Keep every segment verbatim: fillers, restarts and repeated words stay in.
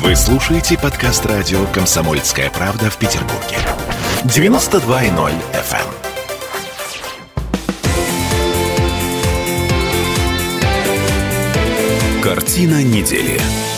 Вы слушаете подкаст радио «Комсомольская правда» в Петербурге. девяносто два и ноль эф эм. Картина недели.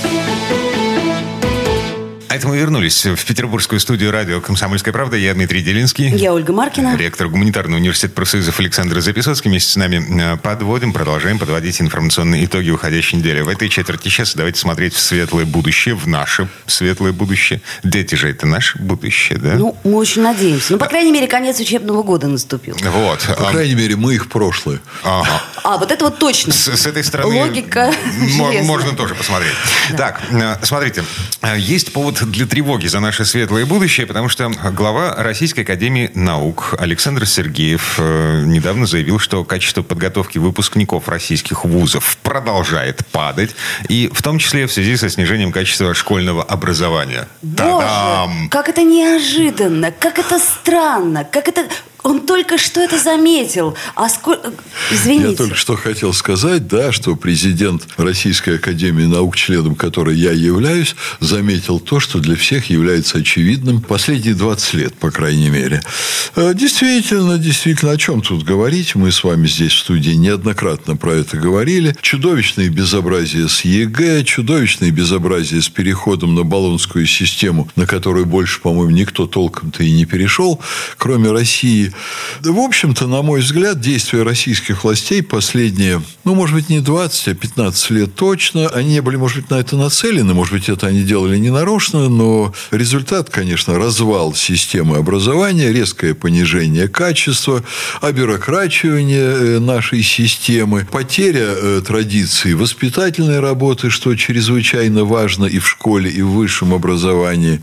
А это мы вернулись в петербургскую студию радио «Комсомольская правда». Я Дмитрий Делинский. Я Ольга Маркина. Ректор гуманитарного университета профсоюзов Александр Записоцкий. Вместе с нами подводим, продолжаем подводить информационные итоги уходящей недели. В этой четверти часа давайте смотреть в светлое будущее, в наше светлое будущее. Дети же это наше будущее, да? Ну, мы очень надеемся. Ну, по крайней мере, конец учебного года наступил. Вот. По крайней мере, мы их прошлое. Ага. А, вот это вот точно. С, с этой стороны логика м- можно тоже посмотреть. Да. Так, смотрите. Есть повод для тревоги за наше светлое будущее, потому что глава Российской академии наук Александр Сергеев недавно заявил, что качество подготовки выпускников российских вузов продолжает падать, и в том числе в связи со снижением качества школьного образования. Боже, Та-дам! как это неожиданно, как это странно, как это... Он только что это заметил. А сколько... Извините. Я только что хотел сказать, да, что президент Российской академии наук, членом которой я являюсь, заметил то, что для всех является очевидным последние двадцать лет, по крайней мере. Действительно, действительно, о чем тут говорить? Мы с вами здесь в студии неоднократно про это говорили. Чудовищные безобразия с ЕГЭ, чудовищные безобразия с переходом на болонскую систему, на которую больше, по-моему, никто толком-то и не перешел, кроме России. В общем-то, на мой взгляд, действия российских властей последние, ну, может быть, не двадцать, а пятнадцать лет точно, они не были, может быть, на это нацелены, может быть, это они делали ненарочно, но результат, конечно, развал системы образования, резкое понижение качества, обюрокрачивание нашей системы, потеря традиций воспитательной работы, что чрезвычайно важно и в школе, и в высшем образовании,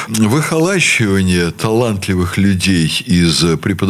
выхолащивание талантливых людей из преподавателей,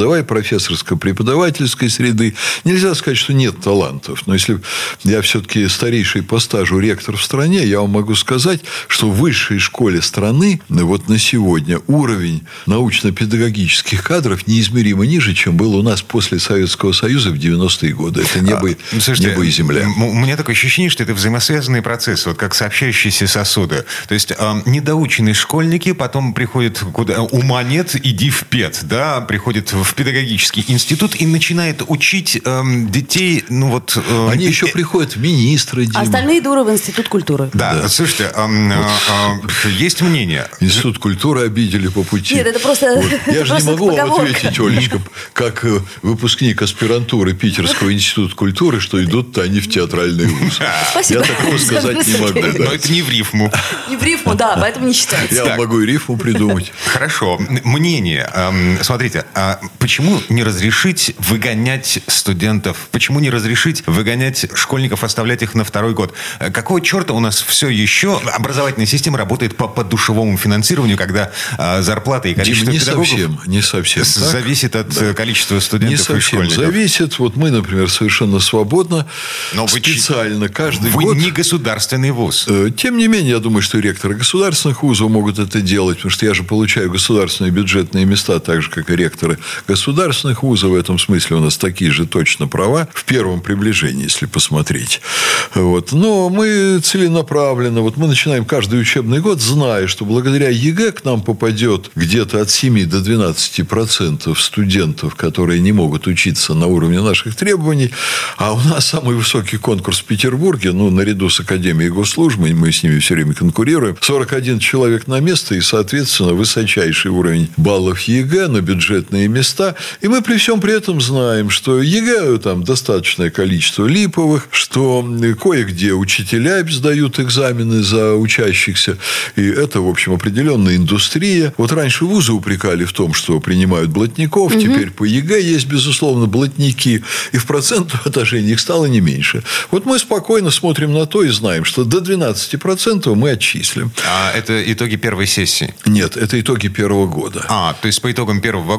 профессорско-преподавательской среды. Нельзя сказать, что нет талантов. Но если я все-таки старейший по стажу ректор в стране, я вам могу сказать, что в высшей школе страны вот на сегодня уровень научно-педагогических кадров неизмеримо ниже, чем был у нас после Советского Союза в девяностые годы. Это небо, а, слушайте, небо и земля. У меня такое ощущение, что это взаимосвязанные процессы, вот как сообщающиеся сосуды. То есть, э, недоученные школьники потом приходят куда? Ума нет, иди в пед, да, приходят в педагогический институт и начинает учить э, детей, ну вот... Э, Они еще э, приходят в министры, Дима. Остальные дуры в институт культуры. Да, да. Слушайте, э, э, э, есть мнение... Институт культуры обидели по пути. Нет, это просто... Вот. Я это же просто не могу поговорка. вам ответить, Олечка, как выпускник аспирантуры Питерского института культуры, что идут-то они в театральный вуз. Спасибо. Я такого сказать не могу. Да. Но это не в рифму. Не в рифму, да, поэтому не считается. Я Так. могу и рифму придумать. Хорошо. Мнение. Эм, смотрите, а почему не разрешить выгонять студентов? Почему не разрешить выгонять школьников, оставлять их на второй год? Какого черта у нас все еще образовательная система работает по подушевому финансированию, когда э, зарплата и количество Дима, не педагогов совсем, не совсем так. зависит от Да. количества студентов Не и совсем школьников? зависит. Вот мы, например, совершенно свободно, Но вы специально ч... каждый вы год... не государственный вуз. Тем не менее, я думаю, что ректоры государственных вузов могут это делать, потому что я же получаю государственные бюджетные места, так же, как и ректоры государственных вузов. В этом смысле у нас такие же точно права в первом приближении, если посмотреть. Вот. Но мы целенаправленно, вот мы начинаем каждый учебный год, зная, что благодаря ЕГЭ к нам попадет где-то от семи до двенадцати процентов студентов, которые не могут учиться на уровне наших требований. А у нас самый высокий конкурс в Петербурге, ну, наряду с Академией госслужбы, мы с ними все время конкурируем, сорок один человек на место и, соответственно, высочайший уровень баллов ЕГЭ на бюджетные места. И мы при всем при этом знаем, что ЕГЭ там достаточное количество липовых, что кое-где учителя сдают экзамены за учащихся. И это, в общем, определенная индустрия. Вот раньше вузы упрекали в том, что принимают блатников. Угу. Теперь по ЕГЭ есть, безусловно, блатники. И в процентном отношении их стало не меньше. Вот мы спокойно смотрим на то и знаем, что до двенадцати процентов мы отчислим. А это итоги первой сессии? Нет, это итоги первого года. А, то есть по итогам первого года... В целом,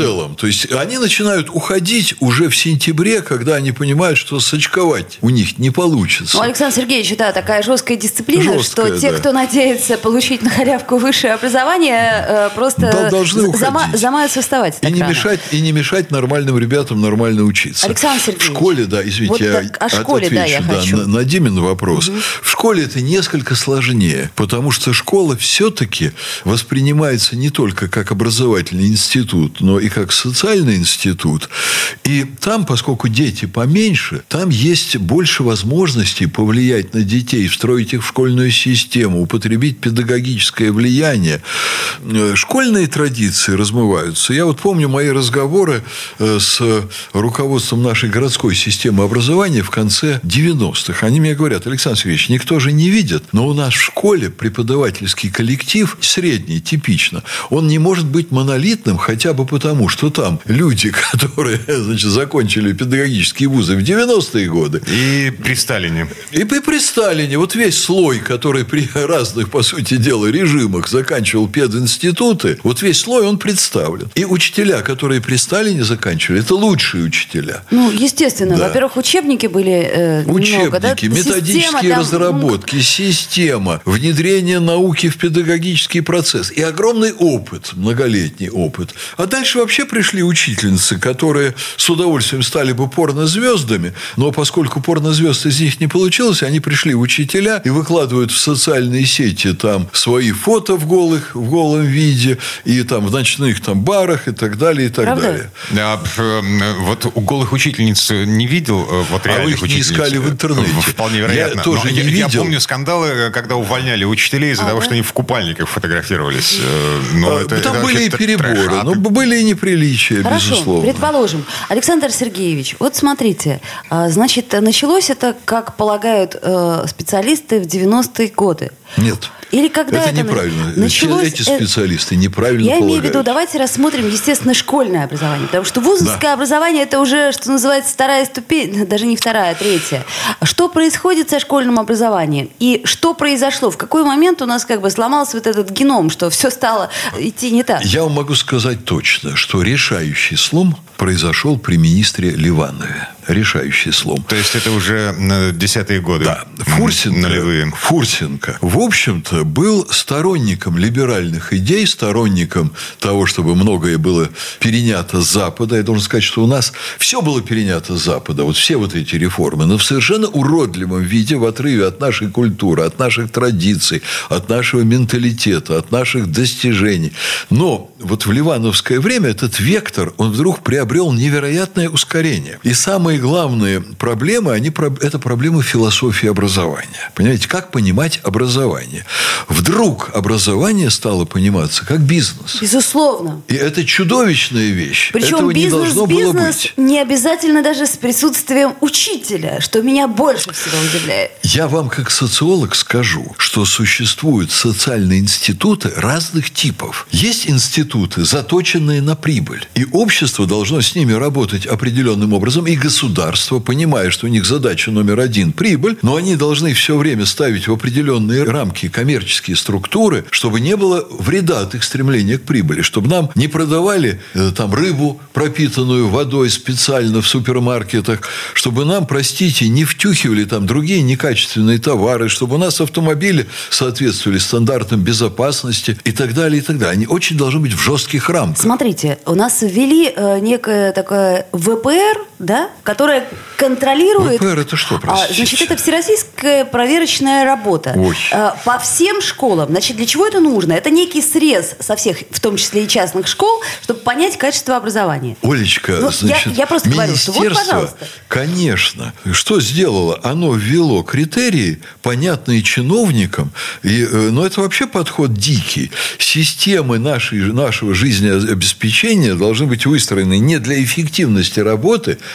целом. То есть, они начинают уходить уже в сентябре, когда они понимают, что сочковать у них не получится. Ну, Александр Сергеевич, да, такая жесткая дисциплина, Жесткая, что те, да. кто надеется получить на халявку высшее образование, просто Да, должны зама- уходить. замаются вставать. И не, мешать, и не мешать нормальным ребятам нормально учиться. Александр Сергеевич. В школе, да, извините, Вот я так, о школе, отвечу, да, я да, хочу. на, на Димин вопрос. Угу. В школе это несколько сложнее, потому что школа все-таки воспринимается не только как образовательный институт, но и как социальный институт. И там, поскольку дети поменьше, там есть больше возможностей повлиять на детей, встроить их в школьную систему, употребить педагогическое влияние. Школьные традиции размываются. Я вот помню мои разговоры с руководством нашей городской системы образования в конце девяностых. Они мне говорят: Александр Сергеевич, никто же не видит, но у нас в школе преподавательский коллектив средний, типично. Он не может быть монолитным хотя бы потому, что там люди, которые, значит, закончили педагогические вузы в девяностые годы. И при Сталине. И при, при Сталине вот весь слой, который при разных, по сути дела, режимах заканчивал пединституты, вот весь слой, он представлен. И учителя, которые при Сталине заканчивали, это лучшие учителя. Ну, естественно. Да. Во-первых, учебники были э, Учебники, много, да? методические Система, там, разработки, система, внедрение науки в педагогический процесс и огромный опыт, многолетний опыт. А дальше вообще пришли учительницы, которые с удовольствием стали бы порнозвездами, но поскольку порнозвезд из них не получилось, они пришли учителя и выкладывают в социальные сети там свои фото в голых, в голом виде, и там в ночных там барах и так далее, и так Правда? далее. А, вот у голых учительниц не видел, вот А вы реальных их не учительниц? искали в интернете? Вполне вероятно. Я тоже Но не я, видел. Я помню скандалы, когда увольняли учителей из-за А, того, да? что они в купальниках фотографировались. Но А, это, там это были и вообще переборы, трэш. А но ты- были и неприличия, Хорошо, безусловно. предположим. Александр Сергеевич, вот смотрите, а, значит, началось это, как полагают э, специалисты, в девяностые годы. Нет. Или когда это, это неправильно. началось, Эти э, специалисты неправильно Я полагают. имею в виду, давайте рассмотрим, естественно, школьное образование. Потому что вузовское Да. образование – это уже, что называется, вторая ступень, даже не вторая, а третья. Что происходит со школьным образованием? И что произошло? В какой момент у нас как бы сломался вот этот геном, что все стало идти не так? Я вам могу сказать точно, что решающий слом произошел при министре Ливанове. Решающий слом. То есть это уже на десятые годы. Да, Фурсенко, Нулевые. Фурсенко, в общем-то, был сторонником либеральных идей, сторонником того, чтобы многое было перенято с Запада. Я должен сказать, что у нас все было перенято с Запада, вот все вот эти реформы, но в совершенно уродливом виде, в отрыве от нашей культуры, от наших традиций, от нашего менталитета, от наших достижений. Но вот в ливановское время этот вектор, он вдруг приобрел невероятное ускорение. И самые главные проблемы, они, это проблемы философии образования. Понимаете, как понимать образование? Вдруг образование стало пониматься как бизнес. Безусловно. И это чудовищная вещь. Причем Этого не бизнес, должно было бизнес быть. не обязательно даже с присутствием учителя, что меня больше всего удивляет. Я вам, как социолог, скажу, что существуют социальные институты разных типов. Есть институты, заточенные на прибыль. И общество должно с ними работать определенным образом. И государство, понимая, что у них задача номер один – прибыль, но они должны все время ставить в определенные рамки коммерческие структуры, чтобы не было вреда от их стремления к прибыли. Чтобы нам не продавали э, там, рыбу, пропитанную водой специально в супермаркетах. Чтобы нам, простите, не втюхивали там другие некачественные товары. Чтобы у нас автомобили соответствовали стандартам безопасности и так далее, и так далее. Они очень должны быть в жестких рамках. Смотрите, у нас ввели э, некое такое вэ пэ эр, да, которое контролирует... вэ пэ эр это что, А, простите? значит, это всероссийская проверочная работа. Ой. Э, по всем школам. Значит, для чего это нужно? Это некий срез со всех, в том числе и частных школ, чтобы понять качество образования. Олечка, Ну, значит, я- я просто говорю, что вот, министерство, пожалуйста. конечно, что сделало? Оно ввело критерии, понятные чиновникам, и, э, но это вообще подход дикий. Системы нашей, нашего жизнеобеспечения должны быть выстроены не для эффективности работы, а для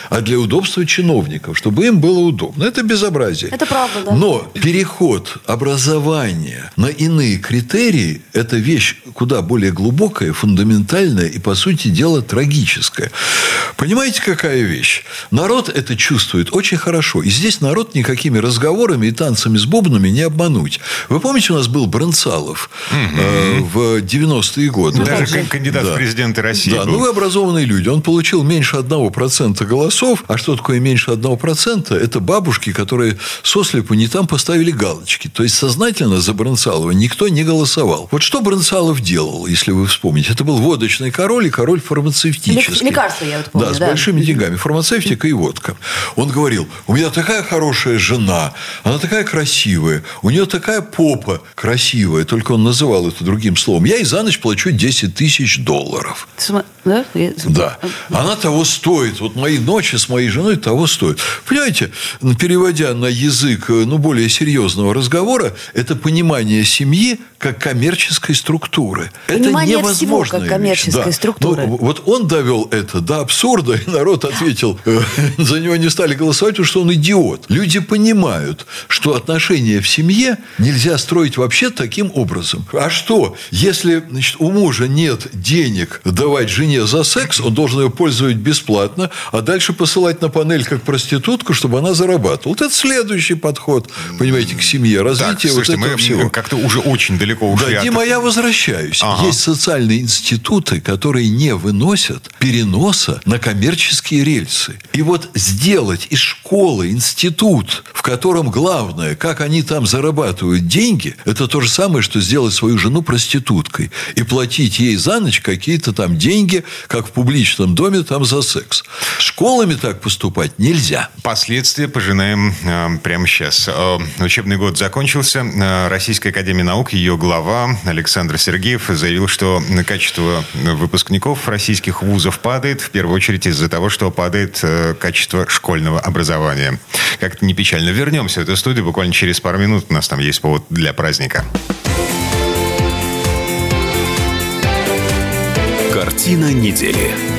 удобства чиновников, чтобы им было удобно. Это безобразие. Это правда, да. Но переход образования на иные критерии – это вещь куда более глубокая, фундаментальная и, по сути дела, трагическая. Понимаете, какая вещь? Народ это чувствует очень хорошо. И здесь народ никакими разговорами и танцами с бубнами не обмануть. Вы помните, у нас был Бронцалов угу. э, в девяностые годы? Даже да. кандидат да. в президенты России Да, был. ну вы образованные люди. Он получил меньше одного процента голосов. А что такое меньше одного процента? Это бабушки, которые сослепу не там поставили галочки. То есть, сознательно за Бронцалова никто не голосовал. Вот что Бронцалов делал, если вы вспомните? Это был водочный король и король фармацевтический. Лекарства, я вот помню. Да, с да. большими деньгами. Фармацевтика и водка. Он говорил, у меня такая хорошая жена, она такая красивая, у нее такая попа красивая, только он называл это другим словом. Я ей за ночь плачу десять тысяч долларов. Да? Да. Она того стоит. Вот мои ночи с моей женой того стоят. Понимаете, переводя на язык ну, более серьезного разговора, это понимание семьи как коммерческой структуры. Понимание это всего невозможная как коммерческой да. структуры. Ну, вот он довел это до абсурда, и народ ответил, за него не стали голосовать, потому что он идиот. Люди понимают, что отношения в семье нельзя строить вообще таким образом. А что, если значит, у мужа нет денег давать жене за секс, он должен ее пользовать бесплатно, а дальше посылать на панель как проститутку, чтобы она зарабатывала. Вот это следующий подход, понимаете, к семье. Развитие так, слушайте, вот этого мы всего. Как-то уже очень далеко ушли. Да, от... Дима, я возвращаюсь. Ага. Есть социальные институты, которые не выносят переноса на коммерческие рельсы. И вот сделать из школы институт, в котором главное, как они там зарабатывают деньги, это то же самое, что сделать свою жену проституткой и платить ей за ночь какие-то там деньги, как в публичном доме, там за секс. Школами так поступать нельзя. Последствия пожинаем э, прямо сейчас. Э, учебный год закончился. Э, Российская академия наук, ее глава Александр Сергеев заявил, что качество выпускников российских вузов падает, в первую очередь из-за того, что падает э, качество школьного образования. Как-то не печально. Вернемся в эту студию буквально через пару минут. У нас там есть повод для праздника. Картина недели.